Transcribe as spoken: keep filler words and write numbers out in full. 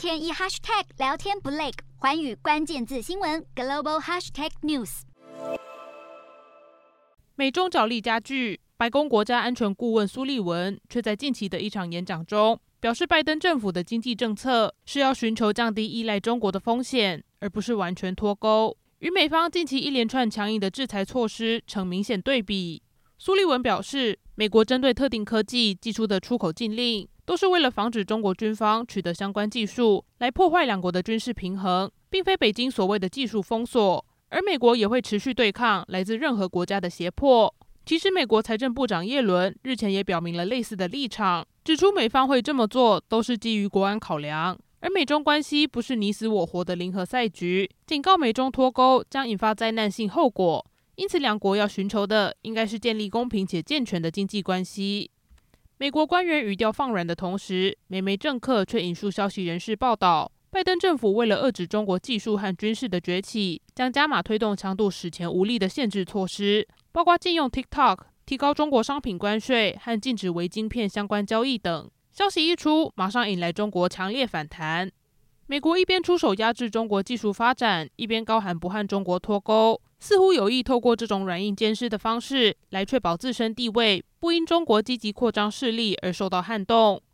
天一 hashtag 聊天不累，寰宇关键字新闻 global hashtag news。 美中角力加剧，白宫国家安全顾问苏利文却在近期的一场演讲中表示，拜登政府的经济政策是要寻求降低依赖中国的风险，而不是完全脱钩，与美方近期一连串强硬的制裁措施成明显对比。苏利文表示，美国针对特定科技技术的出口禁令，都是为了防止中国军方取得相关技术，来破坏两国的军事平衡，并非北京所谓的技术封锁。而美国也会持续对抗来自任何国家的胁迫。其实，美国财政部长耶伦日前也表明了类似的立场，指出美方会这么做都是基于国安考量，而美中关系不是你死我活的零和赛局，警告美中脱钩将引发灾难性后果。因此，两国要寻求的应该是建立公平且健全的经济关系。美国官员语调放软的同时，美媒政客却引述消息人士报道，拜登政府为了遏制中国技术和军事的崛起，将加码推动强度史前无力的限制措施，包括禁用 TikTok、提高中国商品关税和禁止微晶片相关交易等。消息一出，马上引来中国强烈反弹。美国一边出手压制中国技术发展，一边高喊不和中国脱钩，似乎有意透过这种软硬兼施的方式来确保自身地位不因中国积极扩张势力而受到撼动。